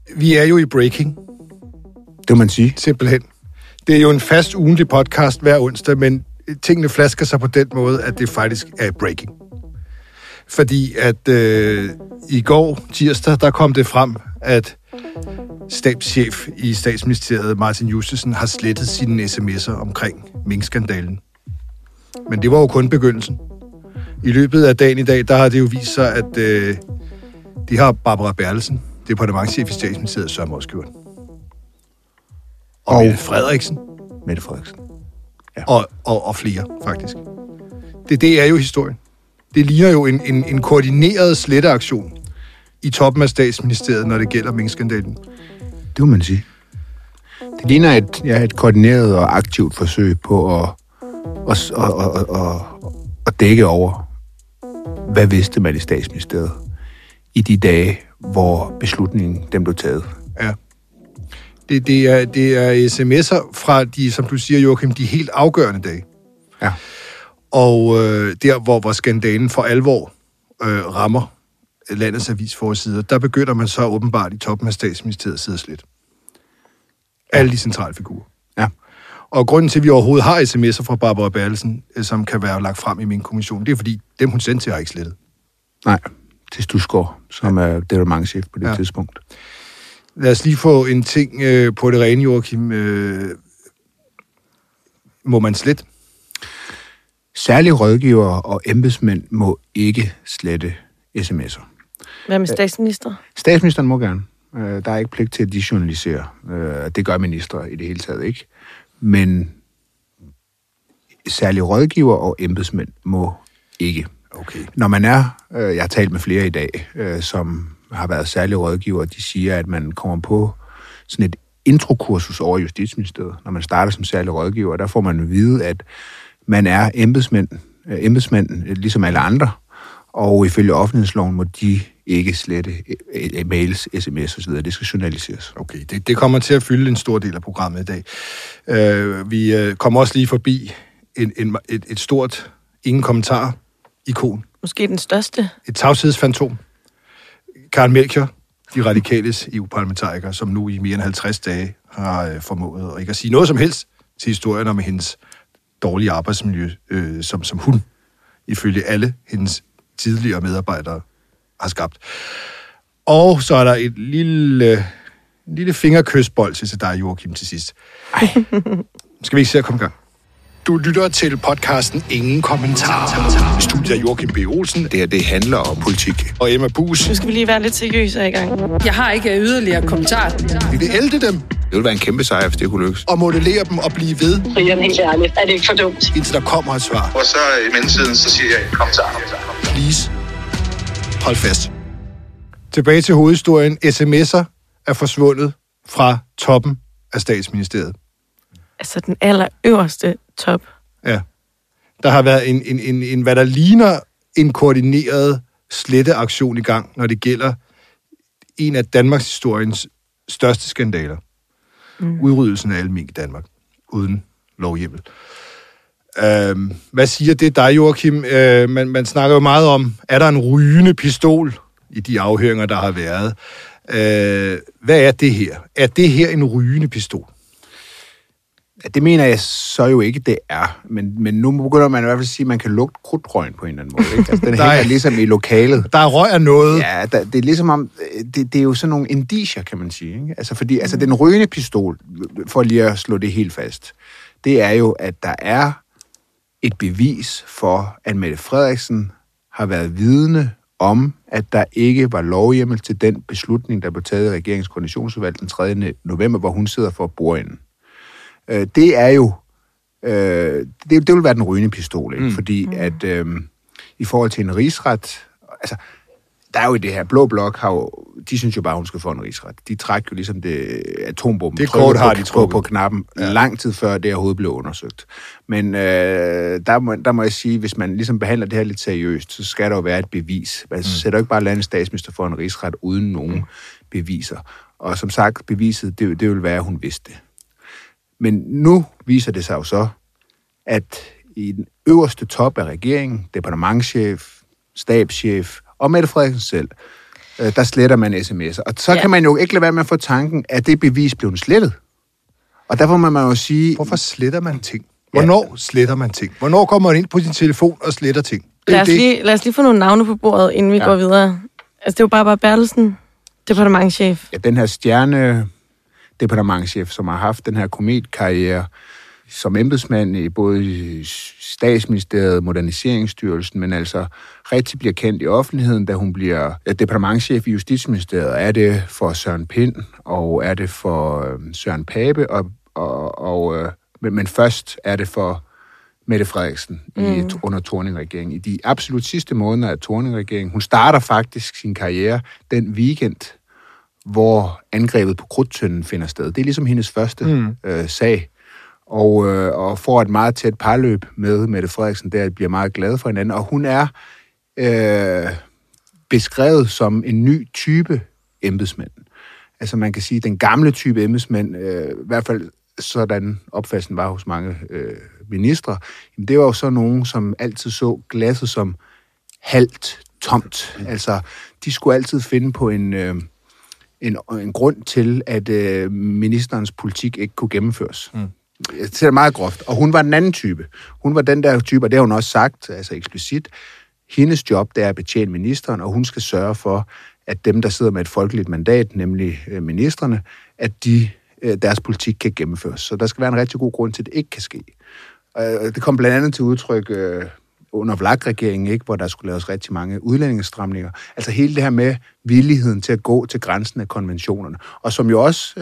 Vi er jo i breaking. Det må man sige. Simpelthen. Det er jo en fast ugentlig podcast hver onsdag, men tingene flasker sig på den måde, at det faktisk er breaking. Fordi at i går, tirsdag, der kom det frem, at stabschef i Statsministeriet, Martin Justesen, har slettet sine sms'er omkring minkskandalen. Men det var jo kun begyndelsen. I løbet af dagen i dag, der har det jo vist sig, at de har Barbara Bertelsen, departementschef i Statsministeriet, som også gjort. Og Mette Frederiksen. Ja. Og flere, faktisk. Det er jo historien. Det ligner jo en koordineret sletteaktion i toppen af Statsministeriet, når det gælder minkskandalen. Det må man sige. Det ligner et koordineret og aktivt forsøg på at dække over, hvad vidste man i Statsministeriet i de dage, hvor beslutningen den blev taget. Ja. Det er sms'er fra de, som du siger, Joachim, de helt afgørende dage. Ja. Og der, hvor skandalen for alvor rammer landets avisforsider, der begynder man så åbenbart i toppen af Statsministeriet at sidde slet. Alle de centrale figurer. Ja. Og grunden til, at vi overhovedet har sms'er fra Barbara Bertelsen, som kan være lagt frem i min kommission, det er, fordi dem, hun sendte til, har ikke slettet. Nej, til Studsgaard, som er departementschef på det tidspunkt. Lad os lige få en ting på det rene, Joachim. Må man slette? Særlige rådgivere og embedsmænd må ikke slette sms'er. Hvad med statsminister? Statsministeren må gerne. Der er ikke pligt til at dejournalisere. Det gør ministre i det hele taget ikke. Men særlige rådgivere og embedsmænd må ikke. Okay. Når man er, jeg har talt med flere i dag, som har været særlige rådgivere, de siger, at man kommer på sådan et introkursus over Justitsministeriet, når man starter som særlig rådgiver. Der får man at vide, at man er embedsmænd ligesom alle andre, og ifølge offentlighedsloven må de ikke slette mails, sms osv. Det skal journaliseres. Okay, det kommer til at fylde en stor del af programmet i dag. Vi kommer også lige forbi et stort ingen kommentar ikon. Måske den største. Et tavshedsfantom. Karen Melchior, de radikales EU-parlamentariker, som nu i mere end 50 dage har formået ikke at sige noget som helst til historien om hendes dårlige arbejdsmiljø, som hun, ifølge alle hendes tidligere medarbejdere, har skabt. Og så er der et lille fingerkysbold til dig, Joachim, til sidst. Skal vi ikke se at komme i gang? Du lytter til podcasten Ingen Kommentarer. Studiet af Joachim B. Olsen. Det handler om politik. Og Emma Buus. Nu skal vi lige være lidt seriøse i gang. Jeg har ikke yderligere kommentarer. Vi vil ælte dem. Det vil være en kæmpe sejr, hvis det kunne lykkes. Og modellere dem og blive ved. Brian, helt ærligt. Er det ikke for dumt? Indtil der kommer et svar. Og så i mellemtiden, så siger jeg kommentar. Please. Hold fast. Tilbage til hovedhistorien. SMS'er er forsvundet fra toppen af Statsministeriet. Altså den allerøverste top. Ja. Der har været en hvad der ligner en koordineret sletteaktion i gang, når det gælder en af Danmarks historiens største skandaler. Udryddelsen af alle mink i Danmark. Uden lovhjemmel. Hvad siger det dig, Joachim? Man snakker jo meget om, er der en rygende pistol i de afhøringer, der har været? Hvad er det her? Er det her en rygende pistol? Det mener jeg så jo ikke, det er. Men nu begynder man i hvert fald at sige, at man kan lugte krudtrøjen på en eller anden måde. Ikke? Altså, den hænger ligesom i lokalet. Der er røg af noget. Ja, det er ligesom om... Det er jo sådan nogle indicier, kan man sige. Ikke? Altså, fordi den rygende pistol, for lige at slå det helt fast, det er jo, at der er et bevis for, at Mette Frederiksen har været vidne om, at der ikke var lovhjemmel til den beslutning, der blev taget i regeringens koordinationsudvalg den 3. november, hvor hun sidder for bordenden. Det er jo... Det vil være den rygende pistol, ikke? Fordi at i forhold til en rigsret... Altså, der er jo i det her blå blok, de synes jo bare, hun skal få en rigsret. De trækker jo ligesom det atombomben. Det kort har de trukket på knappen lang tid før det overhovedet blev undersøgt. Men der må jeg sige, hvis man ligesom behandler det her lidt seriøst, så skal der jo være et bevis. Man sætter jo ikke bare landets statsminister for en rigsret uden nogen beviser. Og som sagt, beviset, det vil være, at hun vidste det. Men nu viser det sig jo så, at i den øverste top af regeringen, departementschef, stabschef og Mette Frederiksen selv, der sletter man sms'er. Og så kan man jo ikke lade være med at få tanken, at det bevis blev slettet. Og derfor må man jo sige... Hvorfor sletter man ting? Hvornår sletter man ting? Hvornår kommer man ind på sin telefon og sletter ting? Lad os lige få nogle navne på bordet, inden vi går videre. Altså, det er jo Barbara Bertelsen, departementschef. Ja, den her stjerne-departementschef, som har haft den her kometkarriere som embedsmand i både Statsministeriet og Moderniseringsstyrelsen, men altså rigtig bliver kendt i offentligheden, da hun bliver departementschef i Justitsministeriet. Er det for Søren Pind, og er det for Søren Pape, men først er det for Mette Frederiksen under Thorning-regeringen. I de absolut sidste måneder af Thorning-regeringen. Hun starter faktisk sin karriere den weekend, hvor angrebet på Krudttønden finder sted. Det er ligesom hendes første sag. Og får et meget tæt parløb med Mette Frederiksen, der bliver meget glad for hinanden. Og hun er beskrevet som en ny type embedsmænd. Altså man kan sige, den gamle type embedsmænd, i hvert fald sådan opfattelsen var hos mange ministre, det var jo så nogen, som altid så glasset som halvt tomt. Altså, de skulle altid finde på en grund til, at ministerens politik ikke kunne gennemføres. Det er meget groft. Og hun var den anden type. Hun var den der type, og det har hun også sagt, altså eksplicit. Hendes job, det er at betjene ministeren, og hun skal sørge for, at dem, der sidder med et folkeligt mandat, nemlig ministerne, at deres politik kan gennemføres. Så der skal være en rigtig god grund til, at det ikke kan ske. Det kom blandt andet til udtryk under VLAK-regeringen, ikke, hvor der skulle laves rigtig mange udlændingestramninger. Altså hele det her med villigheden til at gå til grænsen af konventionerne. Og som jo også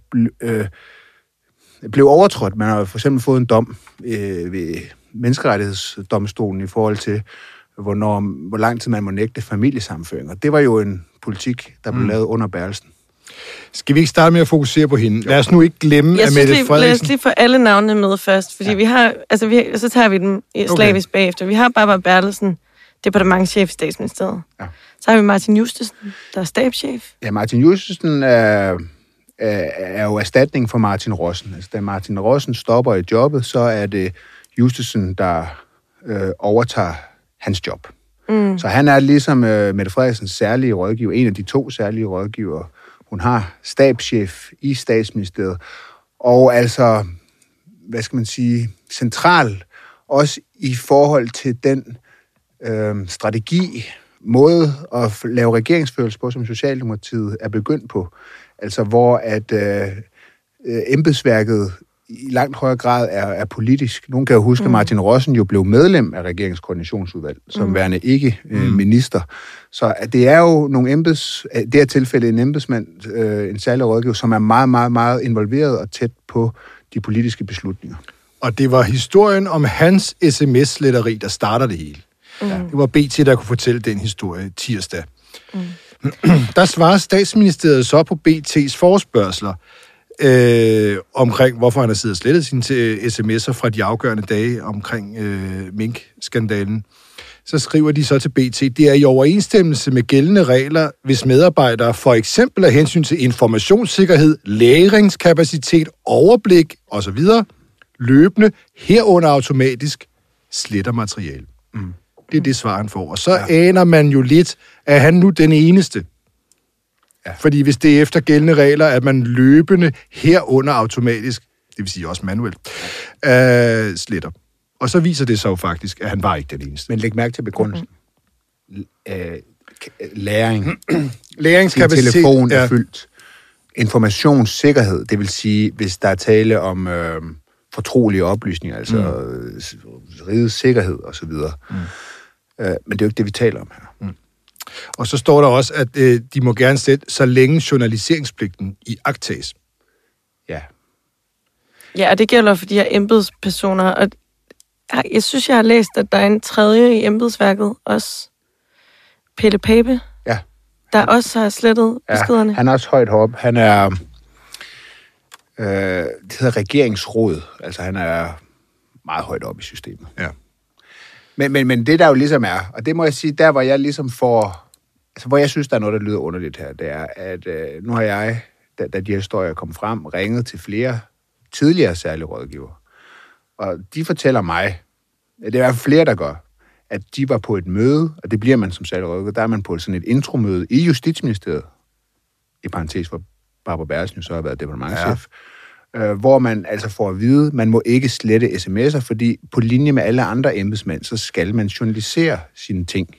blev overtrådt. Man har for eksempel fået en dom ved menneskerettighedsdomstolen i forhold til, hvor lang tid man må nægte familiesammenføringer. Det var jo en politik, der blev lavet under Bertelsen. Skal vi ikke starte med at fokusere på hende? Lad os nu ikke glemme, at Mette Frederiksen... Lad os lige få alle navnene med først, fordi vi har... Altså, så tager vi dem slavisk bagefter. Vi har Barbara Bertelsen, departementschef i Statsministeriet. Ja. Så har vi Martin Justesen, der er stabschef. Ja, Martin Justesen er jo erstatning for Martin Rossen. Altså, da Martin Rossen stopper i jobbet, så er det Justesen, der overtager hans job. Så han er ligesom Mette Frederiksens særlige rådgiver, en af de 2 særlige rådgivere. Hun har stabschef i Statsministeriet, og altså, hvad skal man sige, central også i forhold til den strategi, måde at lave regeringsførelse på, som Socialdemokratiet er begyndt på. Altså, hvor at embedsværket i langt højere grad er politisk. Nogen kan jo huske, at Martin Rossen jo blev medlem af regeringskoordinationsudvalg, som værende ikke minister. Så det er jo nogle det her tilfælde en embedsmand, en særlig rådgiver, som er meget, meget, meget involveret og tæt på de politiske beslutninger. Og det var historien om hans sms-sletteri, der starter det hele. Det var BT, der kunne fortælle den historie tirsdag. Der svarer Statsministeriet så på BT's forespørgsler omkring, hvorfor han har siddet og slettet sine sms'er fra de afgørende dage omkring Mink-skandalen. Så skriver de så til BT, det er i overensstemmelse med gældende regler, hvis medarbejdere for eksempel af hensyn til informationssikkerhed, lagringskapacitet, overblik osv. løbende herunder automatisk sletter materiale. Det er det svar, han får. Og så aner man jo lidt, at han nu den eneste. Ja. Fordi hvis det er efter gældende regler, at man løbende herunder automatisk, det vil sige også manuelt, sletter. Og så viser det sig jo faktisk, at han var ikke den eneste. Men læg mærke til begrundelsen. Læring. Læringskapacitet. Din telefon er fyldt. Informationssikkerhed, det vil sige, hvis der er tale om fortrolige oplysninger, altså rigets sikkerhed osv. Men det er jo ikke det, vi taler om her. Og så står der også, at de må gerne sætte, så længe journaliseringspligten i agtages. Ja. Ja, og det gælder for de her embedspersoner. Og jeg synes, jeg har læst, at der er en tredje i embedsværket også. Pelle Pape. Ja. Der også har slettet beskederne. Han er også højt heroppe. Han er det hedder regeringsråd. Altså han er meget højt oppe i systemet. Ja. Men det der jo ligesom er, og det må jeg sige, der hvor jeg ligesom får, altså hvor jeg synes, der er noget, der lyder underligt her, det er, at nu har jeg, da de historier kom frem, ringet til flere tidligere særlige rådgivere. Og de fortæller mig, at det er flere, der gør, at de var på et møde, og det bliver man som særlig rådgiver, der er man på sådan et intromøde i Justitsministeriet, i parentes, hvor Barbara Bertelsen jo så har været departementschef, hvor man altså får at vide, man må ikke slette sms'er, fordi på linje med alle andre embedsmænd, så skal man journalisere sine ting.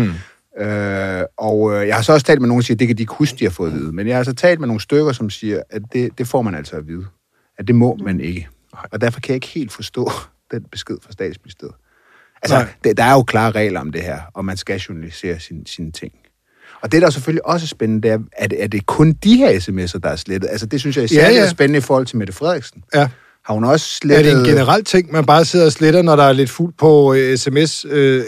Og jeg har så også talt med nogen, der siger, at det kan de ikke huske, de har fået at vide. Men jeg har så talt med nogle stykker, som siger, at det får man altså at vide. At det må man ikke. Og derfor kan jeg ikke helt forstå den besked fra Statsministeriet. Altså, der er jo klare regler om det her, og man skal journalisere sine ting. Og det, der er selvfølgelig også spændende, det er det kun de her sms'er, der er slettet? Altså, det synes jeg især er spændende i forhold til Mette Frederiksen. Ja. Har hun også slettet... Er det en generel ting, man bare sidder og sletter, når der er lidt fuld på sms,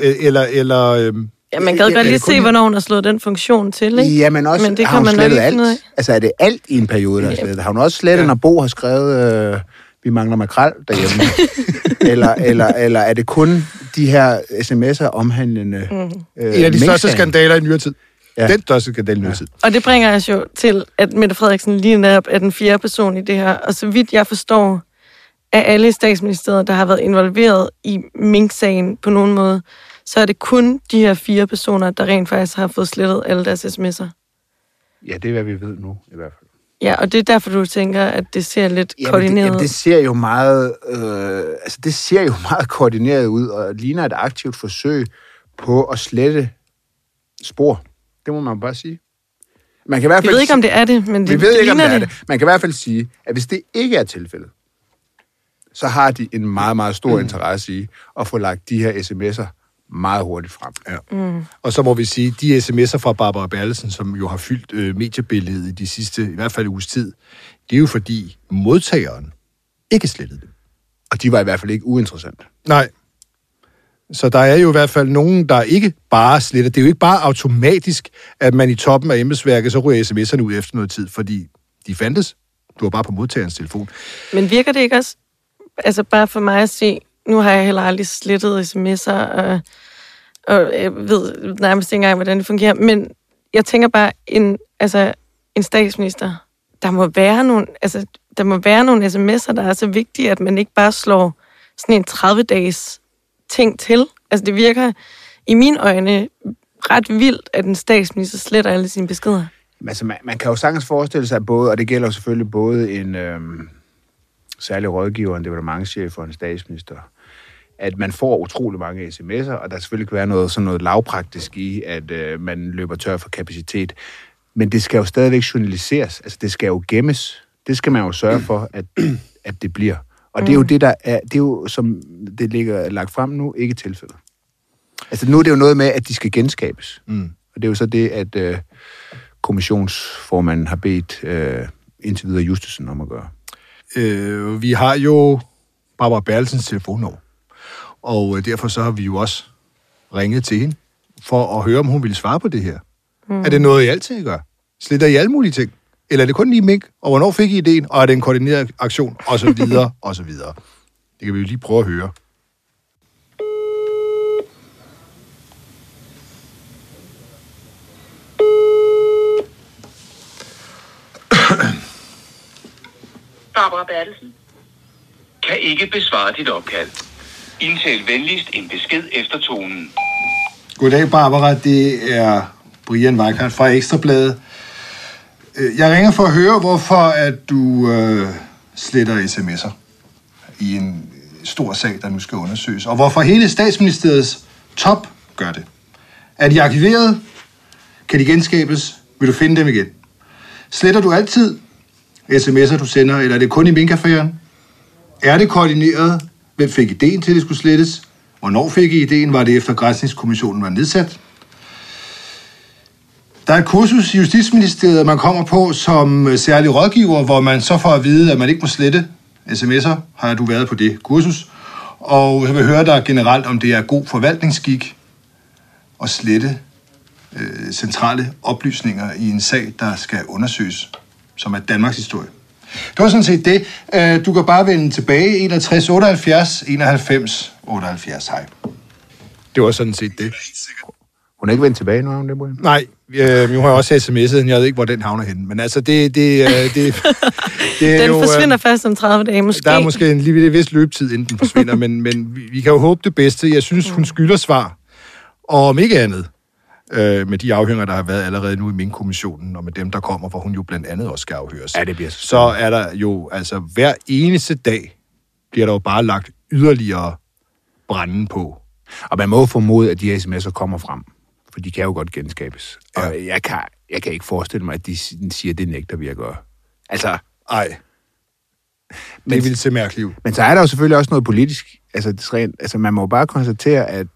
eller ja, man kan godt lige se, hvornår hun har slået den funktion til, ikke? Ja, men også, men det har hun slettet alt? Altså, er det alt i en periode, der er slettet? Har hun også slettet, når Bo har skrevet, vi mangler makrel derhjemme? eller er det kun de her sms'er omhandlende... en af de største skandaler i nyere tid. Ja. Den største skandal i nyere tid. Og det bringer os jo til, at Mette Frederiksen lige netop er den fjerde person i det her. Og så vidt jeg forstår, af alle Statsministeriet, der har været involveret i Mink-sagen på nogen måde, så er det kun de her 4 personer, der rent faktisk har fået slettet alle deres sms'er. Ja, det er, hvad vi ved nu, i hvert fald. Ja, og det er derfor, du tænker, at det ser lidt koordineret ud. Det ser jo meget, det ser jo meget koordineret ud, og ligner et aktivt forsøg på at slette spor. Det må man bare sige. Man kan i hvert fald vi ved ikke, om det er det, men det vi ved ikke, om det er det. Man kan i hvert fald sige, at hvis det ikke er tilfældet, så har de en meget, meget stor interesse i at få lagt de her sms'er meget hurtigt frem. Ja. Og så må vi sige, de sms'er fra Barbara Bertelsen, som jo har fyldt mediebilledet i de sidste, i hvert fald uges tid, det er jo fordi modtageren ikke slettede dem. Og de var i hvert fald ikke uinteressante. Nej. Så der er jo i hvert fald nogen, der ikke bare sletter. Det er jo ikke bare automatisk, at man i toppen af embedsværket, så ryger sms'erne ud efter noget tid, fordi de fandtes. Du var bare på modtagerens telefon. Men virker det ikke også, altså bare for mig at se, nu har jeg heller aldrig slettet sms'er, og jeg ved nærmest ikke engang, hvordan det fungerer, men jeg tænker bare, en statsminister, der må være nogle sms'er, der er så vigtige, at man ikke bare slår sådan en 30-dages ting til. Altså det virker i mine øjne ret vildt, at en statsminister sletter alle sine beskeder. Altså man kan jo sagtens forestille sig både, og det gælder jo selvfølgelig både en særlig rådgiver, en departementschef og en statsminister, at man får utrolig mange sms'er, og der selvfølgelig kan være noget lavpraktisk i, at man løber tør for kapacitet. Men det skal jo stadigvæk journaliseres. Altså det skal jo gemmes. Det skal man jo sørge for, at det bliver. Og det er jo det, der er, det er jo, som det ligger lagt frem nu, ikke tilfældet. Altså nu er det jo noget med, at de skal genskabes. Og det er jo så det, at kommissionsformanden har bedt indtil videre Justitsen om at gøre. Vi har jo Barbara Bertelsens telefonnummer, og derfor så har vi jo også ringet til hende, for at høre, om hun ville svare på det her. Er det noget, I altid gør? Sletter I alle mulige ting? Eller er det kun lige Mink? Og hvornår fik I ideen? Og er det en koordineret aktion? Og så videre, og så videre. Det kan vi jo lige prøve at høre. Barbara Bertelsen. Kan ikke besvare dit opkald. Indtal venligst en besked efter tonen. Goddag, Barbara. Det er Brian Weikart fra Ekstrabladet. Jeg ringer for at høre, hvorfor at du sletter sms'er i en stor sag, der nu skal undersøges. Og hvorfor hele Statsministeriets top gør det. Er de arkiveret? Kan de genskabes? Vil du finde dem igen? Sletter du altid sms'er, du sender, eller er det kun i Mink-affæren? Er det koordineret? Hvem fik ideen til, at det skulle slettes? Hvornår fik I ideen? Var det efter Granskningskommissionen var nedsat? Der er et kursus i Justitsministeriet, man kommer på som særlig rådgiver, hvor man så får at vide, at man ikke må slette sms'er. Har du været på det kursus? Og jeg vil høre dig generelt, om det er god forvaltningsskik at slette centrale oplysninger i en sag, der skal undersøges, som er Danmarks historie. Det var sådan set det. Du kan bare vende tilbage 61 78 91 78. Hej. Det var sådan set det. Hun er ikke vendt tilbage nu, har hun det, Brian? Nej, nu har jeg også sms'et, jeg ved ikke, hvor den havner henne. Men altså, det den jo, forsvinder først om 30 dage, måske. Der er måske en vis løbetid, inden den forsvinder, men vi kan jo håbe det bedste. Jeg synes, hun skylder svar. Og om ikke andet, med de afhøringer, der har været allerede nu i Mink-kommissionen, og med dem, der kommer, hvor hun jo blandt andet også skal afhøres, Ja, det bliver så er der jo, altså hver eneste dag, bliver der jo bare lagt yderligere branden på. Og man må formode, at de her sms'er kommer frem, for de kan jo godt genskabes. Ja. Og jeg kan ikke forestille mig, at de siger, at det nægter vi at gøre. Altså, Ej, det ville se mærkeligt ud. men så er der jo selvfølgelig også noget politisk. Altså man må jo bare konstatere, at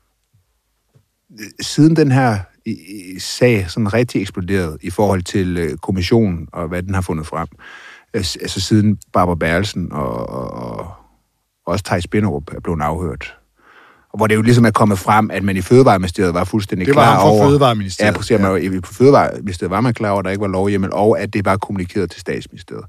siden den her sag sådan rigtig eksploderet i forhold til kommissionen og hvad den har fundet frem, altså siden Barbara Bertelsen og også Theis Binderup er blevet afhørt, og hvor det jo ligesom er kommet frem, at man i Fødevareministeriet var fuldstændig klar over... Det var Fødevareministeriet. Ja, præcis. Ja. På Fødevareministeriet var man klar over, at der ikke var lovhjemmel, og at det var kommunikeret til Statsministeriet.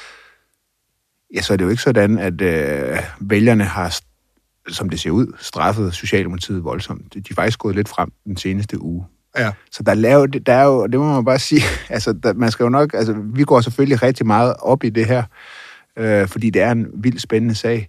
Ja, så er det jo ikke sådan, at vælgerne har, som det ser ud, straffet Socialdemokratiet voldsomt. De er faktisk gået lidt frem den seneste uge. Ja. Så der er jo, det må man bare sige, altså man skal jo nok, altså vi går selvfølgelig rigtig meget op i det her, fordi det er en vildt spændende sag.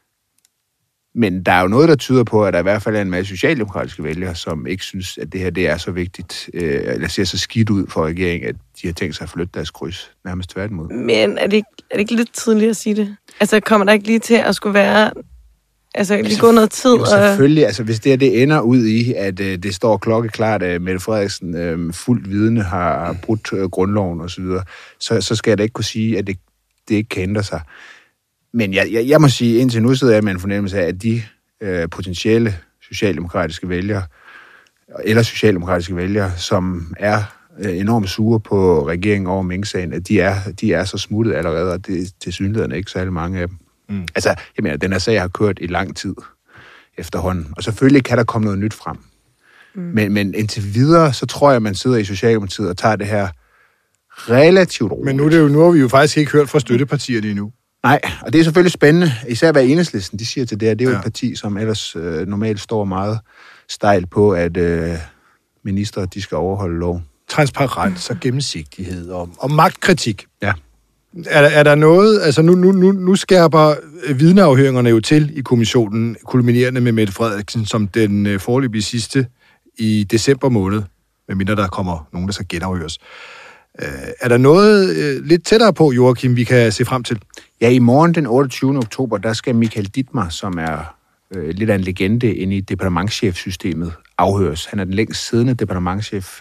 Men der er jo noget, der tyder på, at der i hvert fald er en masse socialdemokratiske vælgere, som ikke synes, at det her det er så vigtigt, eller ser så skidt ud for regeringen, at de har tænkt sig at flytte deres kryds, nærmest tværtimod. Men er det ikke lidt tidligt at sige det? Altså, kommer der ikke lige til at skulle være... Altså, lige gå noget tid? Jo, selvfølgelig. Altså, hvis det ender ud i, at det står klokkeklart, at Mette Frederiksen fuldt vidne har brudt grundloven osv., så skal jeg da ikke kunne sige, at det ikke kan ændre sig. Men jeg må sige, indtil nu sidder jeg med en fornemmelse af, at de potentielle socialdemokratiske vælgere, eller socialdemokratiske vælgere, som er enormt sure på regeringen over Mink-sagen, at de er så smuttet allerede, og det er tilsyneladende ikke særlig mange af dem. Mm. Altså, jeg mener, den her sag har kørt i lang tid efterhånden, og selvfølgelig kan der komme noget nyt frem. Mm. Men indtil videre, så tror jeg, at man sidder i Socialdemokratiet og tager det her relativt roligt. Men nu har vi jo faktisk ikke hørt fra støttepartierne endnu. Nej, og det er selvfølgelig spændende, især hvad Enhedslisten de siger til det her. Det er jo et parti, som ellers normalt står meget stejlt på, at ministre de skal overholde loven. Transparens og gennemsigtighed og magtkritik. Ja. Er der noget, altså nu skærper vidneafhøringerne jo til i kommissionen, kulminerende med Mette Frederiksen som den foreløbige sidste i december måned, medmindre der kommer nogen, der skal genafhøres. Er der noget lidt tættere på, Joachim, vi kan se frem til? Ja, i morgen den 28. oktober, der skal Michael Dittmar, som er lidt af en legende inde i departementschefsystemet, afhøres. Han er den længst siddende departementschef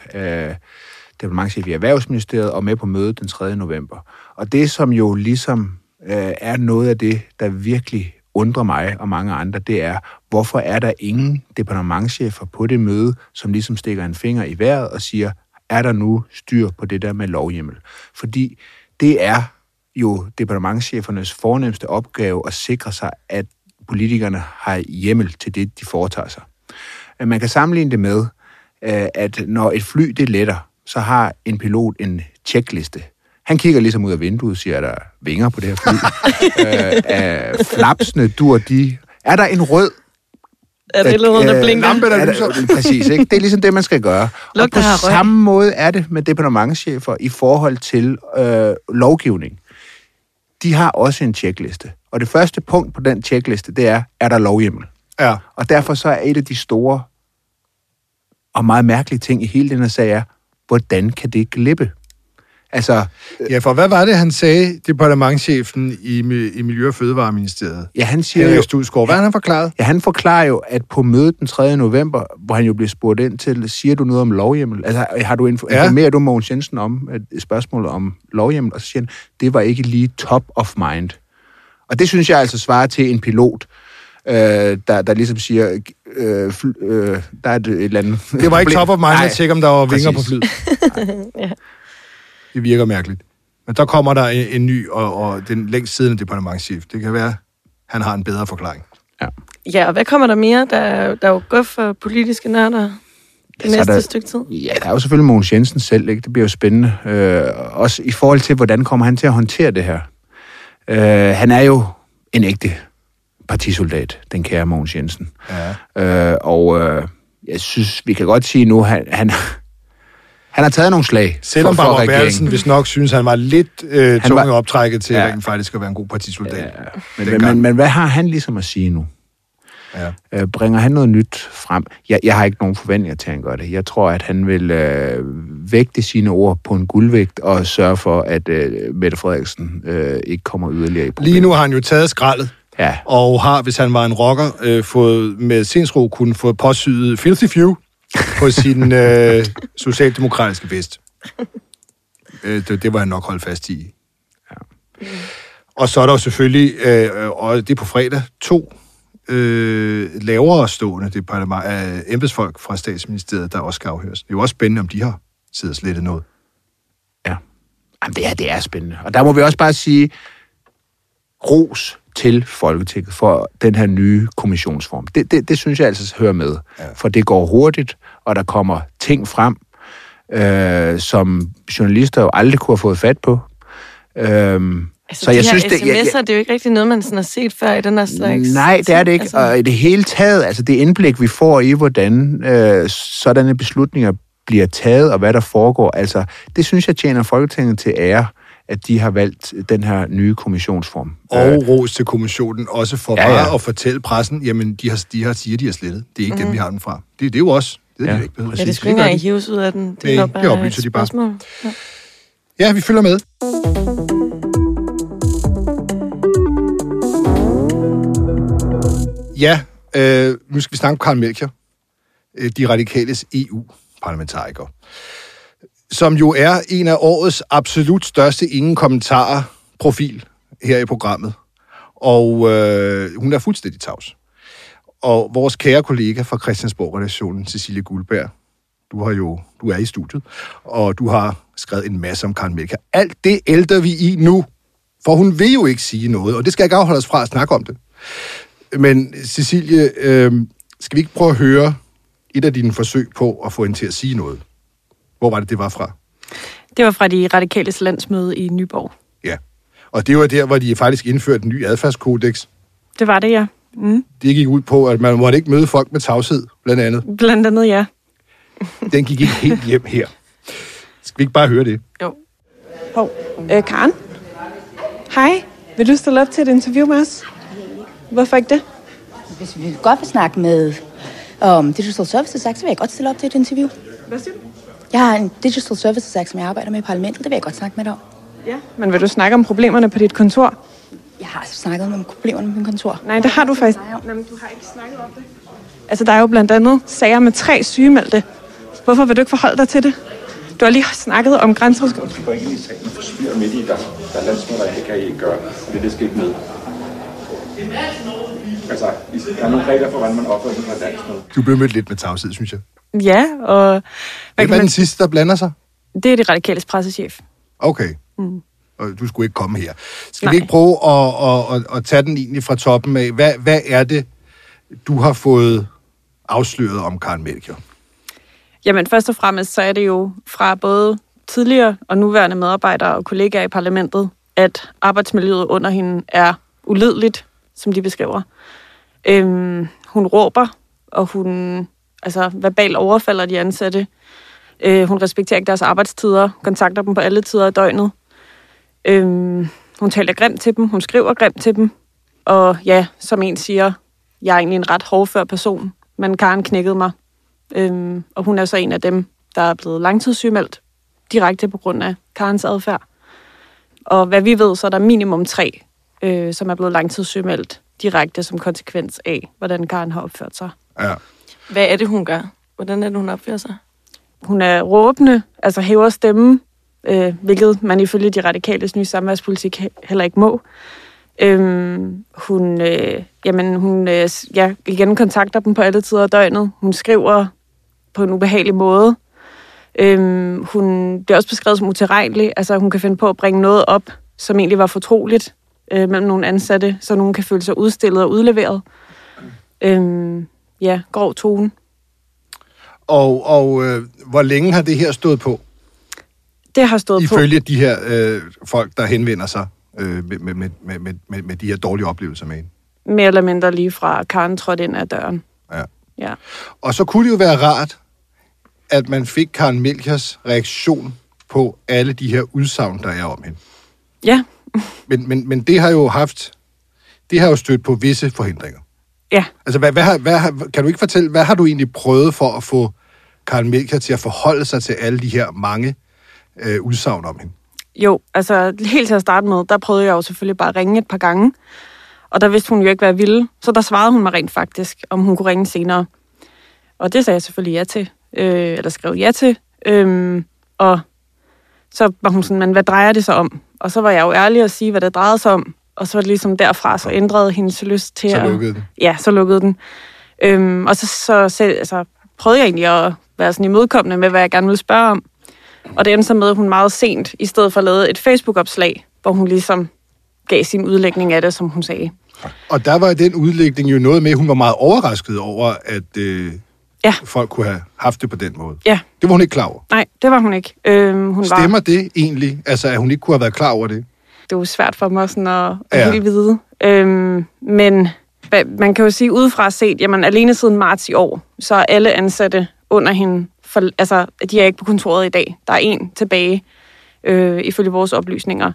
i Erhvervsministeriet og med på mødet den 3. november. Og det, som jo ligesom er noget af det, der virkelig undrer mig og mange andre, det er, hvorfor er der ingen departementschefer på det møde, som ligesom stikker en finger i vejret og siger, er der nu styr på det der med lovhjemmel? Fordi det er jo departementschefernes fornemste opgave at sikre sig, at politikerne har hjemmel til det, de foretager sig. Man kan sammenligne det med, at når et fly det letter, så har en pilot en checkliste. Han kigger ligesom ud af vinduet og siger, er der vinger på det her fly? Flapsene, dur de? Er der en rød? Er det noget, der blinker? Lampe, der lyser? Præcis, ikke? Det er ligesom det, man skal gøre. Og på samme måde er det med departementschefer i forhold til lovgivning. De har også en checkliste. Og det første punkt på den checkliste, det er der lovhjemmel? Ja. Og derfor så er et af de store og meget mærkelige ting i hele den her sag er, hvordan kan det glippe? Altså, ja, for hvad var det, han sagde, departementschefen i Miljø- og Fødevareministeriet? Ja, han siger jo... Hvad har han forklaret? Ja, han forklarer jo, at på mødet den 3. november, hvor han jo blev spurgt ind til, siger du noget om lovhjemmel? Altså, har du informeret du Mogens Jensen om et spørgsmål om lovhjemmel? Og så siger han, det var ikke lige top of mind. Og det synes jeg altså svarer til en pilot, der ligesom siger, der er et eller andet... Det var ikke top of mind at tjekke, om der var vinger på flyet. Ja. Det virker mærkeligt. Men der kommer der en ny og den længst siddende departementschef. Det kan være, han har en bedre forklaring. Ja, og hvad kommer der mere? Der er jo godt for politiske nørder det næste stykke tid. Ja, der er jo selvfølgelig Mogens Jensen selv, ikke? Det bliver jo spændende. Også i forhold til, hvordan kommer han til at håndtere det her. Han er jo en ægte partisoldat, den kære Mogens Jensen. Ja. Jeg synes, vi kan godt sige nu, han har taget nogle slag. Selvom Barbara Bertelsen hvis nok synes, han var lidt tunge optrækket til, at han faktisk skal være en god partisoldat. Ja. Men hvad har han ligesom at sige nu? Bringer han noget nyt frem? Jeg har ikke nogen forventninger til, at han gør det. Jeg tror, at han vil vægte sine ord på en guldvægt og sørge for, at Mette Frederiksen ikke kommer yderligere i problemer. Lige nu har han jo taget skraldet, ja. Og har, hvis han var en rocker, fået med sindsro kunne få påsyet Filthy Few på sin socialdemokratiske vest. Det var han nok holdt fast i. Ja. Og så er der jo selvfølgelig, og det er på fredag, 2 lavere stående embedsfolk fra Statsministeriet, der også skal afhøres. Det er jo også spændende, om de har siddet og slettet noget. Ja, jamen, det er spændende. Og der må vi også bare sige ros til Folketinget for den her nye kommissionsform. Det synes jeg altså hører med. Ja. For det går hurtigt, og der kommer ting frem, som journalister jo aldrig kunne have fået fat på. Så jeg synes, sms'er, det er jo ikke rigtig noget, man sådan har set før i den her slags... Nej, det er det ikke. Altså... Og i det hele taget, altså det indblik, vi får i, hvordan sådanne beslutninger bliver taget, og hvad der foregår, altså det synes jeg tjener Folketinget til ære, at de har valgt den her nye kommissionsform. Og ros til kommissionen, også for bare at fortælle pressen, jamen de har slettet. Det er ikke dem, vi har den fra. Det er jo også. Det er de ikke behøver. Ja, det skulle ikke engang hives ud af den. Det oplyser de bare. Ja, vi følger med. Ja, nu skal vi snakke om Carl Melchior, de radikales EU-parlamentariker, som jo er en af årets absolut største ingen-kommentarer-profil her i programmet. Og hun er fuldstændig tavs. Og vores kære kollega fra Christiansborg-redaktionen, Cecilie Guldberg, du er i studiet, og du har skrevet en masse om Carl Melchior. Alt det ælter vi i nu, for hun vil jo ikke sige noget, og det skal ikke afholde os fra at snakke om det. Men Cecilie, skal vi ikke prøve at høre et af dine forsøg på at få hende til at sige noget? Hvor var det var fra? Det var fra de radikales landsmøde i Nyborg. Ja, og det var der, hvor de faktisk indførte en ny adfærdskodex. Det var det, ja. Mm. Det gik ud på, at man måtte ikke møde folk med tavshed, blandt andet. Blandt andet, ja. Den gik ikke helt hjem her. Skal vi ikke bare høre det? Jo. Karen? Hej. Vil du stille op til et interview med os? Hvorfor ikke det? Hvis vi godt vil snakke med Digital Services Act, så vil jeg godt stille op til et interview. Hvad siger du? Jeg har en Digital Services Act, som jeg arbejder med i parlamentet. Det vil jeg godt snakke med dig om. Ja, men vil du snakke om problemerne på dit kontor? Jeg har snakket om problemerne på mit kontor. Nej, det har du faktisk. Jamen, du har ikke snakket om det. Altså, der er jo blandt andet sager med 3 sygemeldte. Hvorfor vil du ikke forholde dig til det? Du har lige snakket om grænseoverskridelse. Du går ikke ind i sagen og forstyrrer midt i, der er landsmøder, det kan I ikke gøre. Det skal ikke med. Altså, der er nogle regler for, hvordan man opfører sig fra landsmøde. Du blev mødt lidt med tavshed, synes jeg. Ja, og... Hvem er den sidste, der blander sig? Det er de radikales pressechef. Okay. Mm. Og du skulle ikke komme her. Skal vi ikke prøve at tage den egentlig fra toppen af? Hvad er det, du har fået afsløret om Carl Melchior? Jamen, først og fremmest, så er det jo fra både tidligere og nuværende medarbejdere og kollegaer i parlamentet, at arbejdsmiljøet under hende er ulideligt, som de beskriver. Hun råber, og hun verbalt overfalder de ansatte. Hun respekterer ikke deres arbejdstider, kontakter dem på alle tider af døgnet. Hun taler grimt til dem, hun skriver grimt til dem. Og ja, som en siger, jeg er egentlig en ret hårdfør person, men Karen knækkede mig. Og hun er så en af dem, der er blevet langtidssygemeldt direkte på grund af Karens adfærd. Og hvad vi ved, så er der minimum 3, som er blevet langtidssygemeldt direkte som konsekvens af, hvordan Karen har opført sig. Ja. Hvad er det, hun gør? Hvordan er det, hun opfører sig? Hun er råbende, altså hæver stemmen, hvilket man ifølge de radikales nye samværspolitik heller ikke må. Hun igen kontakter dem på alle tider af døgnet. Hun skriver på en ubehagelig måde. Hun bliver også beskrevet som utilregnelig. Altså, hun kan finde på at bringe noget op, som egentlig var fortroligt mellem nogle ansatte, så nogen kan føle sig udstillet og udleveret. Grov tone. Og hvor længe har det her stået på? Det har stået på. Ifølge de her folk, der henvender sig med de her dårlige oplevelser med hende. Mere eller mindre lige fra Karen trådte ind ad døren. Ja. Og så kunne det jo være rart, at man fik Carl Melchiors reaktion på alle de her udsagn, der er om hende. Ja. Men det har jo stødt på visse forhindringer. Ja. Altså, kan du ikke fortælle, hvad har du egentlig prøvet for at få Karen Melchior til at forholde sig til alle de her mange udsagn om hende? Jo, altså helt til at starte med, der prøvede jeg jo selvfølgelig bare at ringe et par gange. Og der vidste hun jo ikke, hvad jeg ville. Så der svarede hun mig rent faktisk, om hun kunne ringe senere. Og det sagde jeg selvfølgelig ja til. Eller skrev ja til. Og så var hun sådan, men hvad drejer det sig om? Og så var jeg jo ærlig at sige, hvad det drejede sig om. Og så var det ligesom derfra, så ændrede hendes lyst til Så lukkede den? Ja, så lukkede den. Og så prøvede jeg egentlig at være sådan imødekommende med, hvad jeg gerne ville spørge om. Og det endte så med, at hun meget sent, i stedet for at lave et Facebook-opslag, hvor hun ligesom gav sin udlægning af det, som hun sagde. Og der var den udlægning jo noget med, at hun var meget overrasket over, at folk kunne have haft det på den måde. Ja. Det var hun ikke klar over. Nej, det var hun ikke. Stemmer det egentlig? Altså, at hun ikke kunne have været klar over det? Det er jo svært for mig sådan at helt vide. Men man kan jo sige, udefra set, jamen alene siden marts i år, så er alle ansatte under hende, de er ikke på kontoret i dag. Der er en tilbage, ifølge vores oplysninger.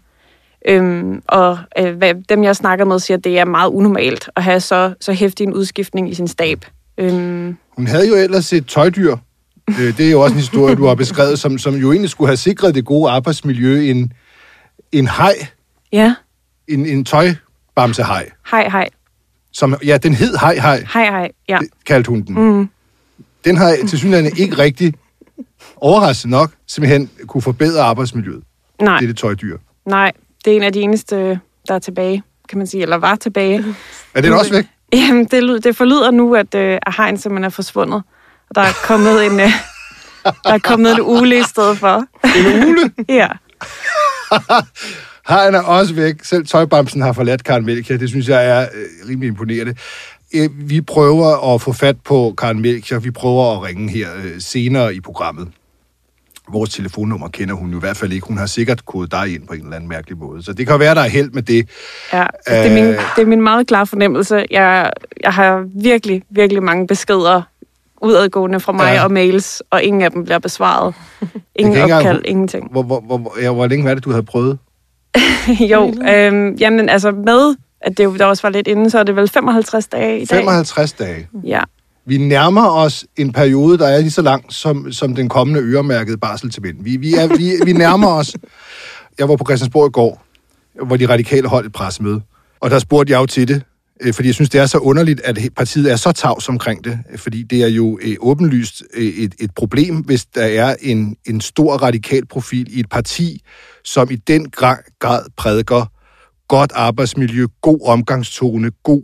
Dem, jeg snakker med, siger, at det er meget unormalt at have så hæftig en udskiftning i sin stab. Hun havde jo ellers et tøjdyr. Det er jo også en historie, du har beskrevet, som jo egentlig skulle have sikret det gode arbejdsmiljø. En haj. Ja. En tøjbamsehaj. Hej. Den hed Hej, ja. Kaldte hun den. Den har tilsyneladende ikke rigtig overraskende nok simpelthen kunne forbedre arbejdsmiljøet. Nej. Det er det tøjdyr. Nej, det er en af de eneste, der er tilbage, kan man sige, eller var tilbage. Er det også væk? Jamen, det forlyder nu, at hajen simpelthen er forsvundet. Og der er kommet en ule i stedet for. En ule? Ja. Hajen er også væk. Selv tøjbamsen har forladt Karen Melchior. Det synes jeg er rimelig imponerende. Vi prøver at få fat på Karen Melchior. Vi prøver at ringe her senere i programmet. Vores telefonnummer kender hun jo i hvert fald ikke. Hun har sikkert kodet dig ind på en eller anden mærkelig måde. Så det kan være, der er held med det. Ja, det er min meget klare fornemmelse. Jeg har virkelig, virkelig mange beskeder udadgående fra mig og mails, og ingen af dem bliver besvaret. Ingen opkald, ingenting. Hvor længe var det, du havde prøvet? Jo, jamen altså med, at det der også var lidt inden, så er det vel 55 dage i dag. 55 dage? Ja. Vi nærmer os en periode, der er lige så lang som den kommende øremærkede barsel til mænd. Vi nærmer os. Jeg var på Christiansborg i går, hvor de radikale holdt et pressemøde, og der spurgte jeg jo til det, fordi jeg synes, det er så underligt, at partiet er så tavs omkring det, fordi det er jo åbenlyst et problem, hvis der er en stor radikal profil i et parti, som i den grad prædiker godt arbejdsmiljø, god omgangstone, god,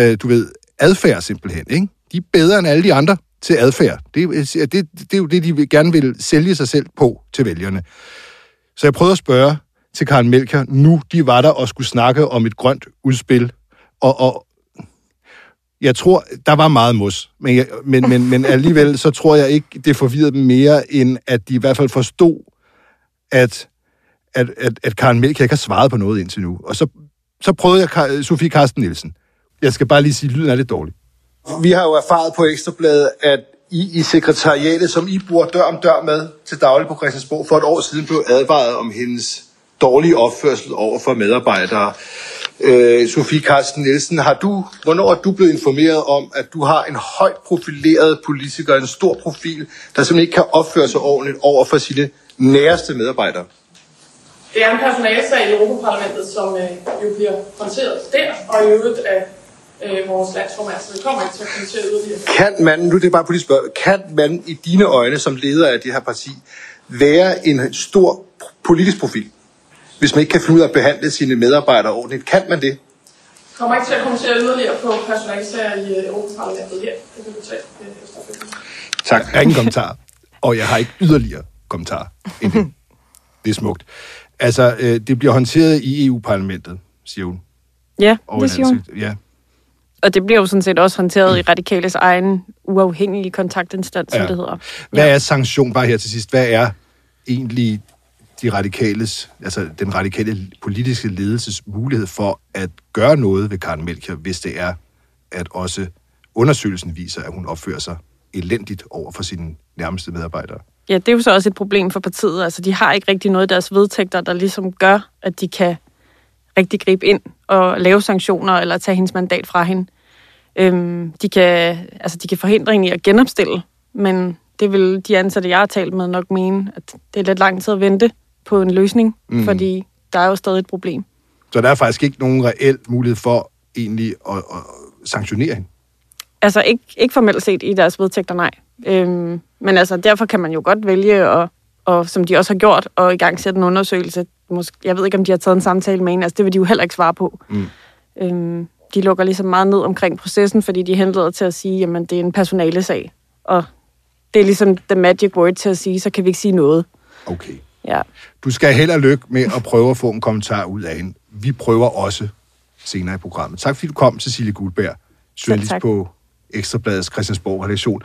adfærd simpelthen, ikke? De er bedre end alle de andre til adfærd. Det er jo det, de gerne vil sælge sig selv på til vælgerne. Så jeg prøvede at spørge til Karen Melchior, nu de var der og skulle snakke om et grønt udspil, og jeg tror, der var meget mos, men alligevel så tror jeg ikke, det forvirrede dem mere, end at de i hvert fald forstod, at Karen Melchior ikke har svaret på noget indtil nu. Og så prøvede jeg Sofie Carsten Nielsen. Jeg skal bare lige sige, at lyden er lidt dårlig. Vi har jo erfaret på Ekstrabladet, at I sekretariatet, som I bor dør om dør med til daglig på Christiansborg, for et år siden blev advaret om hendes dårlige opførsel over for medarbejdere. Sofie Carsten Nielsen, hvornår er du blevet informeret om, at du har en højt profileret politiker, en stor profil, der simpelthen ikke kan opføre sig ordentligt over for sine næreste medarbejdere? Det er en personalesag i Europaparlamentet, som jo bliver håndteret der, og i øvrigt af vores landsformand, så vi kommer ikke til at kommentere yderligere. Kan man i dine øjne som leder af det her parti være en stor politisk profil, hvis man ikke kan finde ud af at behandle sine medarbejdere ordentligt? Kan man det? Jeg kommer ikke til at kommentere yderligere på personalsager i Europaparlamentet her. Det kan vi tage efterfølgende. Tak. Jeg har ingen kommentar. Og jeg har ikke yderligere kommentar end det. Det er smukt. Altså, det bliver håndteret i EU-parlamentet, siger hun. Ja, det siger hun. Ja. Og det bliver jo sådan set også håndteret i Radikales egen uafhængige kontaktinstans, som det hedder. Hvad er sanktion, bare her til sidst? Hvad er egentlig de radikales, altså den radikale politiske ledelses mulighed for at gøre noget ved Karen Melchior, hvis det er, at også undersøgelsen viser, at hun opfører sig elendigt over for sine nærmeste medarbejdere? Ja, det er jo så også et problem for partiet. Altså, de har ikke rigtig noget i deres vedtægter, der ligesom gør, at de kan rigtig gribe ind og lave sanktioner eller tage hendes mandat fra hende. De kan forhindre en i at genopstille, men det vil de ansatte, jeg har talt med, nok mene, at det er lidt lang tid at vente på en løsning, fordi der er jo stadig et problem. Så der er faktisk ikke nogen reel mulighed for egentlig at sanktionere hende? Altså ikke formelt set i deres vedtægter, nej. Men altså derfor kan man jo godt vælge, og som de også har gjort, og i gang sætte en undersøgelse. Jeg ved ikke, om de har taget en samtale med en. Altså det vil de jo heller ikke svare på. De lukker ligesom meget ned omkring processen, fordi de henleder til at sige, jamen det er en personalesag. Og det er ligesom the magic word til at sige, så kan vi ikke sige noget. Okay. Ja. Du skal held og lykke med at prøve at få en kommentar ud af hende. Vi prøver også senere i programmet. Tak fordi du kom, Cecilie Guldberg, journalist på Ekstra Bladets Christiansborg-redaktion.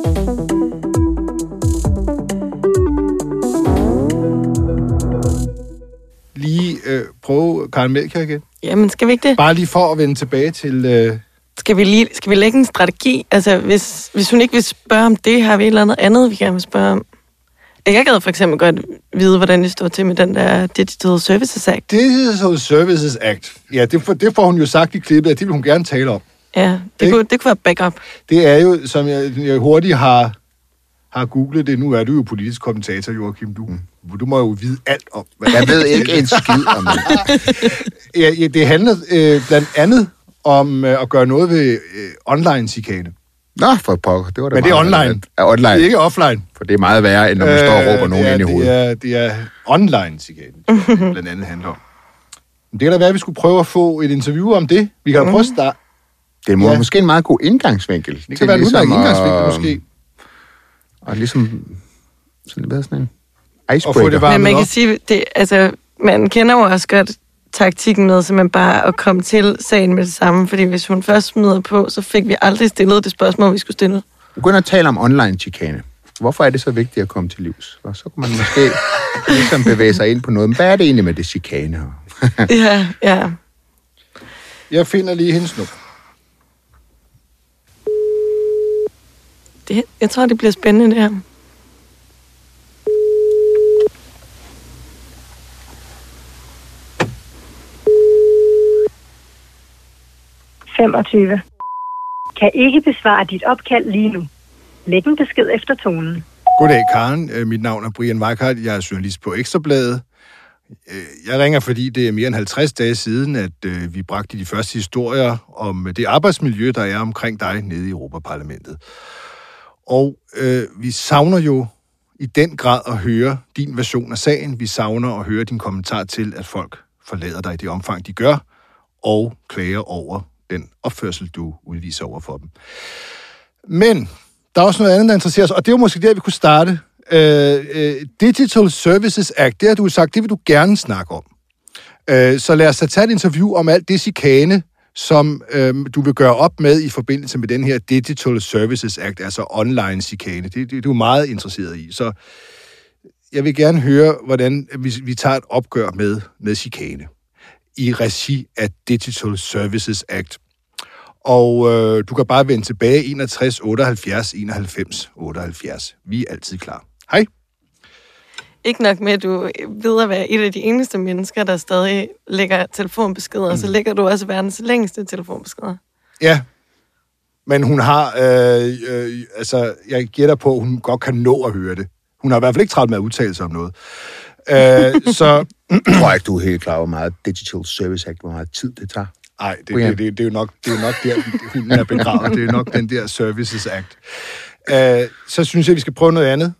Lige prøve Karen Melchior igen. Jamen, skal vi ikke det? Bare lige for at vende tilbage til... Skal vi lægge en strategi? Altså, hvis hun ikke vil spørge om det, har vi et eller andet, vi gerne vil spørge om. Jeg gad for eksempel godt vide, hvordan det står til med den der Digital Services Act. Digital Services Act. Ja, det får hun jo sagt i klippet, at det vil hun gerne tale om. Ja, det kunne være backup. Det er jo, som jeg hurtigt har googlet det. Nu er du jo politisk kommentator, Joachim. Du må jo vide alt om. Jeg ved ikke en skid om det. Ja, det handler blandt andet om at gøre noget ved online-chikane. Nå, for pokker. Det var det. Men det er online. Ja, online. Det er ikke offline. For det er meget værre, end når man står og råber nogen ind i hovedet. Det er online-chikane, det blandt andet handler om. Men det kan da være, at vi skulle prøve at få et interview om det. Vi kan prøve at starte. Det er måske en meget god indgangsvinkel. Det kan være en udmærket indgangsvinkel, måske. Og ligesom sådan en icebreaker. Men man kan sige, man kender jo også godt taktikken med simpelthen bare at komme til sagen med det samme, fordi hvis hun først smider på, så fik vi aldrig stillet det spørgsmål, vi skulle stille. Begynder at tale om online-chikane. Hvorfor er det så vigtigt at komme til livs? Og så kan man måske ligesom bevæge sig ind på noget. Men hvad er det egentlig med det chikane her? Ja. Jeg finder lige hendes nu. Jeg tror, det bliver spændende, det her. Kan ikke besvare dit opkald lige nu. Læg en besked efter tonen. Goddag, Karen. Mit navn er Brian Weikart. Jeg er journalist på Ekstra Bladet. Jeg ringer, fordi det er mere end 50 dage siden, at vi bragte de første historier om det arbejdsmiljø, der er omkring dig nede i Europaparlamentet. Og vi savner jo i den grad at høre din version af sagen. Vi savner at høre din kommentar til, at folk forlader dig i det omfang, de gør, og klager over den opførsel, du udviser over for dem. Men der er også noget andet, der interesserer os, og det er jo måske der, vi kunne starte. Digital Services Act, det har du sagt, det vil du gerne snakke om. Så lad os tage et interview om alt det chikane, som du vil gøre op med i forbindelse med den her Digital Services Act, altså online chikane. Det er du meget interesseret i. Så jeg vil gerne høre, hvordan vi tager et opgør med chikane i regi af Digital Services Act. Og du kan bare vende tilbage 61 78 91 78. Vi er altid klar. Hej. Ikke nok med, at du ved at være et af de eneste mennesker, der stadig lægger telefonbeskeder, så lægger du også verdens længste telefonbeskeder. Ja, men hun har, jeg gætter på, at hun godt kan nå at høre det. Hun har i hvert fald ikke travlt med at udtale sig om noget. Så jeg tror ikke, du er helt klar over meget Digital Service Act, hvor meget tid det tager. Nej, det er jo nok der, hun er begravet. Det er jo nok den der Services Act. Så synes jeg, vi skal prøve noget andet.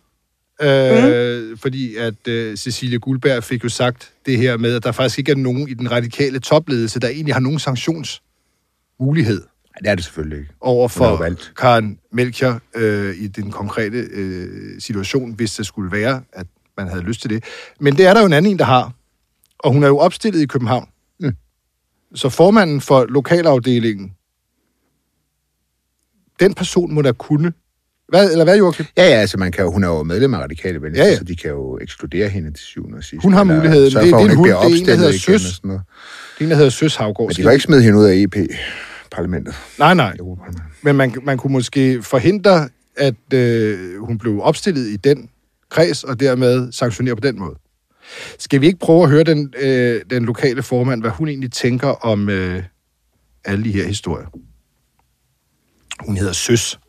Fordi at Cecilie Guldberg fik jo sagt det her med, at der faktisk ikke er nogen i den radikale topledelse, der egentlig har nogen sanktionsmulighed. Nej, det er det selvfølgelig ikke. Overfor Karen Melchior i den konkrete situation, hvis det skulle være, at man havde lyst til det. Men det er der jo en anden en, der har. Og hun er jo opstillet i København. Så formanden for lokalafdelingen, den person må da kunne... Hvad, Joachim? Ja, altså hun er jo medlem af Radikale Venstre, så de kan jo ekskludere hende til syvende og sidst. Hun har muligheden. Det er en hund, det er en, der hedder Søs. Det er en, der hedder Søs Havgård. Men de kan ikke smide hende ud af EP-parlamentet. Nej. Men man kunne måske forhindre, at hun blev opstillet i den kreds, og dermed sanktionere på den måde. Skal vi ikke prøve at høre den lokale formand, hvad hun egentlig tænker om alle de her historier? Hun hedder Søs.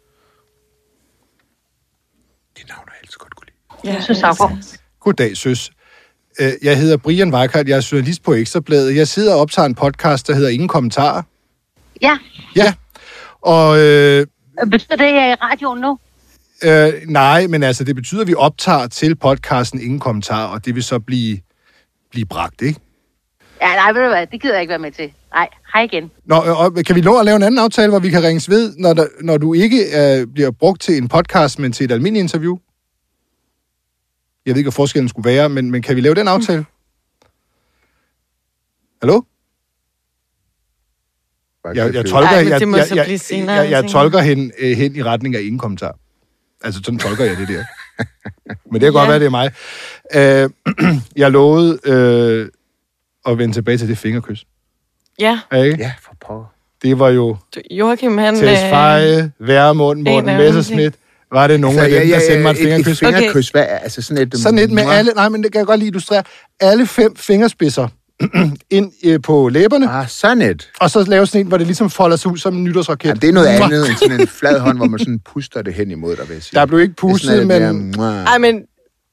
Det navn er helt godt kunne lide. Ja, Søs Saugaard. Goddag, Søs. Jeg hedder Brian Weikart, jeg er journalist på Ekstrabladet. Jeg sidder og optager en podcast, der hedder Ingen Kommentarer. Ja. Ja, og... Betyder det, at jeg er i radioen nu? Nej, men altså, det betyder, at vi optager til podcasten Ingen Kommentarer, og det vil så blive bragt, ikke? Ja, nej, ved du hvad, det gider jeg ikke være med til. Nej, hej igen. Nå, og kan vi nå at lave en anden aftale, hvor vi kan ringes ved, når du ikke bliver brugt til en podcast, men til et almindeligt interview? Jeg ved ikke, hvad forskellen skulle være, men kan vi lave den aftale? Hallo? Jeg tolker hende hen i retning af ingen kommentar. Altså, sådan tolker jeg det der. Men det kan godt være, det er mig. Jeg lovede at vende tilbage til det fingerkys. Ja. Ja, for pokker. Det var jo... Joachim, han... Tesfaye, Værmund, Morten Messerschmidt. Var det nogen af dem, der sendte mig et fingerkys? Et fingerkys, hvad er altså sådan et... Sådan et med alle... Nej, men det kan jeg godt lige illustrere. Alle 5 fingerspidser ind på læberne. Sådan et. Og så lave sådan en, hvor det ligesom folder sig ud som en nytårsraket. Ja, det er noget andet end sådan en flad hånd, hvor man sådan puster det hen imod dig, vil jeg sige. Der blev ikke pustet, men... Ej, men...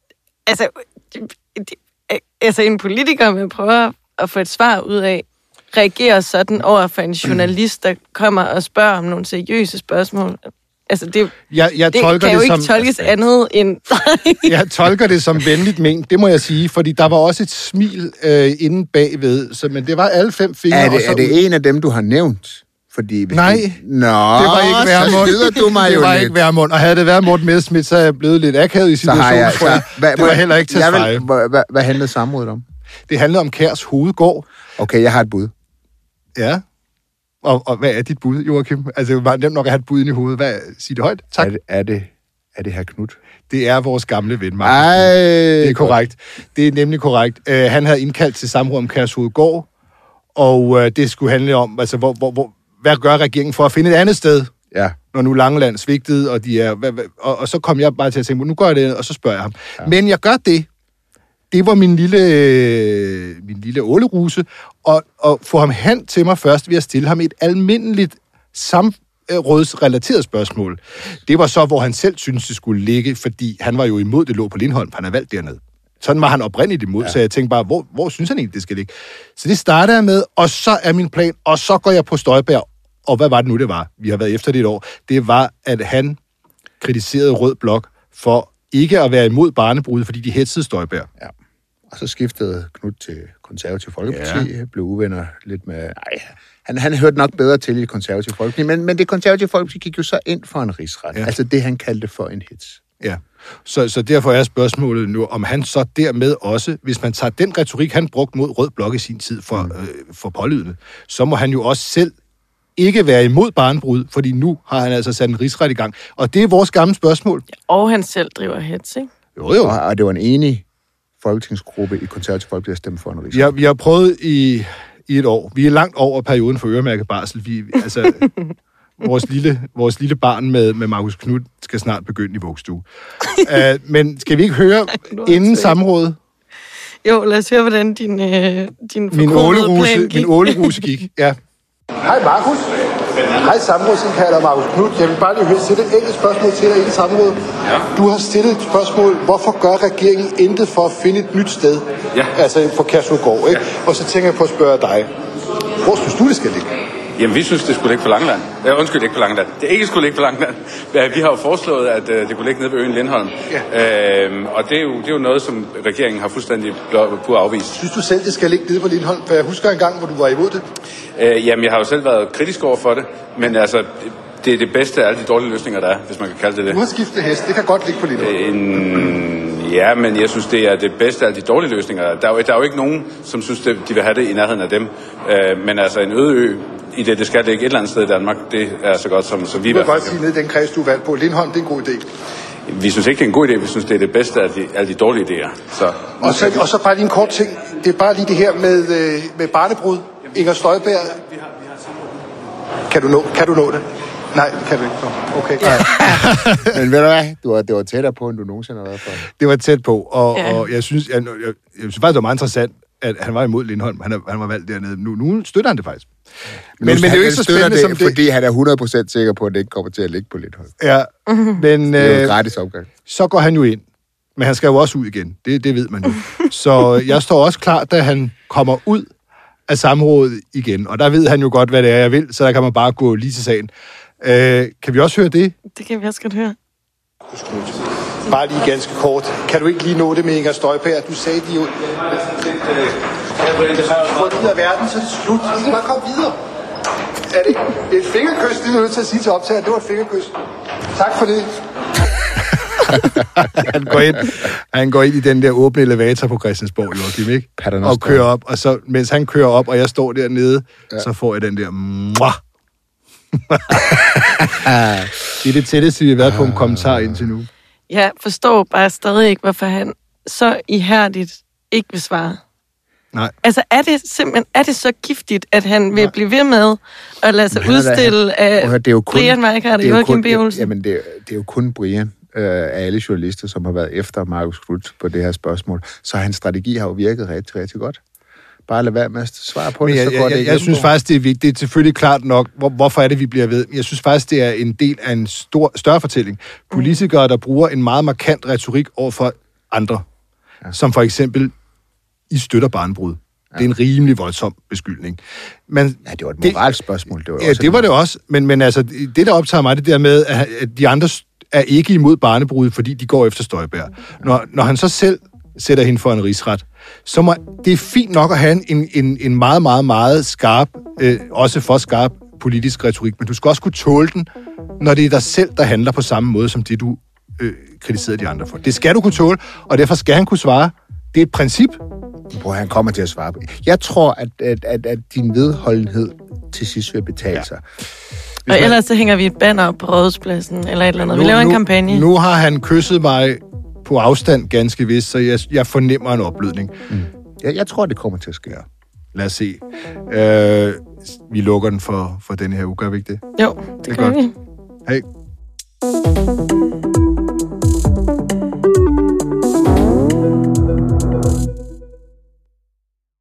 Altså, en politiker vil prøve at få et svar ud af, reagerer sådan over for en journalist, der kommer og spørger om nogle seriøse spørgsmål. Altså, det kan jo ikke tolkes andet end... Jeg tolker det som venligt ment, det må jeg sige, fordi der var også et smil inde bagved, men det var alle 5 fingre. Er det en af dem, du har nævnt? Fordi nej, det var ikke Værmund. Det var ikke Værmund, og havde det været Morten Messerschmidt, så er jeg blevet lidt akavet i situationen, tror jeg. Det var heller ikke Tesfaye. Hvad handlede samrådet om? Det handlede om Kærs hovedgård. Okay, jeg har et bud. Ja. Og hvad er dit bud, Joachim? Altså, det var nemt nok at have et bud inde i hovedet. Sig det højt. Tak. Er det her Knut? Det er vores gamle ven, Markus. Det er korrekt. Det er nemlig korrekt. Han havde indkaldt til samråd om Kærs hovedgård, og det skulle handle om, altså, hvad gør regeringen for at finde et andet sted, når nu Langeland svigtede, og de er... Og så kom jeg bare til at tænke, nu gør jeg det, og så spørger jeg ham. Ja. Men jeg gør det. Det var min lille åleruse, og få ham hen til mig først ved at stille ham et almindeligt samrådsrelateret spørgsmål. Det var så, hvor han selv syntes, det skulle ligge, fordi han var jo imod, det lå på Lindholm, for han er valgt dernede. Sådan var han oprindeligt imod, så jeg tænkte bare, hvor synes han egentlig, det skal ligge? Så det starter jeg med, og så er min plan, og så går jeg på Støjberg. Og hvad var det nu, det var? Vi har været efter det et år. Det var, at han kritiserede Rød Blok for ikke at være imod barnebrud, fordi de hetsede Støjberg. Ja. Og så skiftede Knut til Konservativ Folkeparti, blev uvenner lidt med... Han hørte nok bedre til i Konservativ Folkeparti, men det Konservative Folkeparti gik jo så ind for en rigsret. Ja. Altså det, han kaldte for en hets. Ja, så derfor er spørgsmålet nu, om han så dermed også, hvis man tager den retorik, han brugte mod Rød Blok i sin tid for pålydende, så må han jo også selv ikke være imod barnebrud, fordi nu har han altså sat en rigsret i gang. Og det er vores gamle spørgsmål. Ja, og han selv driver hets, ikke? Jo. Og det var en enig folketingsgruppe i Konservativ Folkeparti at stemme for en rigsret. Ja, vi har prøvet i et år. Vi er langt over perioden for øremærket barsel. Vores lille barn med Markus Knudt skal snart begynde i vuggestue. Men skal vi ikke høre inden samrådet? Jo, lad os høre, hvordan din min åleruse gik. Ja. Hej Markus. Hej samrådsindkalder Markus Knudt. Jeg vil bare lige stille et enkelt spørgsmål til dig inden samrådet. Ja. Du har stillet et spørgsmål, hvorfor gør regeringen intet for at finde et nyt sted? Ja. Altså for Kærshovedgård, ikke? Ja. Og så tænker jeg på at spørge dig, hvor synes du, det skal ligge? Jamen, vi synes, det skulle ligge på Langeland. Undskyld, ikke på Langeland. Det ikke skulle ligge på Langeland. Vi har jo foreslået, at det kunne ligge nede ved øen Lindholm. Ja. Og det er jo noget, som regeringen har fuldstændig på afvist. Synes du selv, det skal ligge nede på Lindholm? For jeg husker en gang, hvor du var imod det. Jamen, jeg har jo selv været kritisk over for det. Men altså, det er det bedste af alle de dårlige løsninger, der er, hvis man kan kalde det det. Du har skiftet hest. Det kan godt ligge på Lindholm. Ja, men jeg synes, det er det bedste af de dårlige løsninger. Der er jo ikke nogen, som synes, de vil have det i nærheden af dem. Men altså, en øde ø, i det skal ligge et eller andet sted i Danmark, det er så godt som vi... Du kan godt sige ned i den kreds, du er valgt på. Lindholm, det er en god idé. Vi synes ikke, det er en god idé. Vi synes, det er det bedste af alle de dårlige idéer. Og så bare lige en kort ting. Det er bare lige det her med barnebrud. Inger Støjberg. Kan du nå det? Nej, det kan du ikke. Okay. Men ved du hvad? Det var tættere på, end du nogensinde har været for. Det var tæt på, og jeg synes faktisk, det var meget interessant, at han var imod Lindholm. Han var valgt dernede. Nu støtter han det faktisk. Men det er jo ikke så spændende som det. Fordi han er 100% sikker på, at det ikke kommer til at ligge på Lindholm. Ja, men... Det er jo en gratis opgave. Så går han jo ind. Men han skal jo også ud igen. Det ved man jo. Så jeg står også klar, da han kommer ud af samrådet igen. Og der ved han jo godt, hvad det er, jeg vil. Så der kan man bare gå lige til sagen. Kan vi også høre det? Det kan vi også godt høre. Bare lige ganske kort. Kan du ikke lige nå det med Inger Støjberg? Du sagde de jo... Gå ud af verden, så er det slut. Så skal bare komme videre. Er det et fingerkys? Det er nødt til at sige til optager. Det var et fingerkys. Tak for det. han går ind i den der åbne elevator på Christiansborg, Joachim, ikke? Og kører op. Og så, mens han kører op, og jeg står dernede, så får jeg den der... Det er det tætteste, vi har været på en kommentar indtil nu. Jeg forstår bare stadig ikke, hvorfor han så ihærdigt ikke vil svare. Nej. Altså, er det så giftigt, at han vil blive ved med at lade sig udstille af Brian Weikart og Joachim B. Olsen? Jamen, det er jo kun Brian af alle journalister, som har været efter Marcus Knuth på det her spørgsmål. Så hans strategi har jo virket rigtig, rigtig godt. Bare lad være med at svare på det, så går det jeg synes faktisk, det er vigtigt. Det er selvfølgelig klart nok, hvorfor er det, vi bliver ved. Jeg synes faktisk, det er en del af en større fortælling. Politikere, der bruger en meget markant retorik over for andre. Ja. Som for eksempel, I støtter barnebrud. Ja. Det er en rimelig voldsom beskyldning. Men det var et moralsk spørgsmål. Det var det også. Men altså, det, der optager mig, det der med, at de andre er ikke imod barnebrud, fordi de går efter Støjberg. Når han så selv sætter hende for en rigsret, så det er fint nok at have en meget, meget, meget skarp, også for skarp politisk retorik, men du skal også kunne tåle den, når det er dig selv, der handler på samme måde, som det du kritiserer de andre for. Det skal du kunne tåle, og derfor skal han kunne svare. Det er et princip. Han kommer til at svare på. Jeg tror, at din vedholdenhed til sidst vil betale sig. Og ellers så hænger vi et banner op på Rådhuspladsen, eller et eller andet. Vi laver en kampagne. Nu har han kysset mig på afstand ganske vist, så jeg fornemmer en opblødning. Jeg tror, det kommer til at ske. Lad os se. Vi lukker den for denne her uge, gør vi ikke det? Jo, det gør vi. Hej.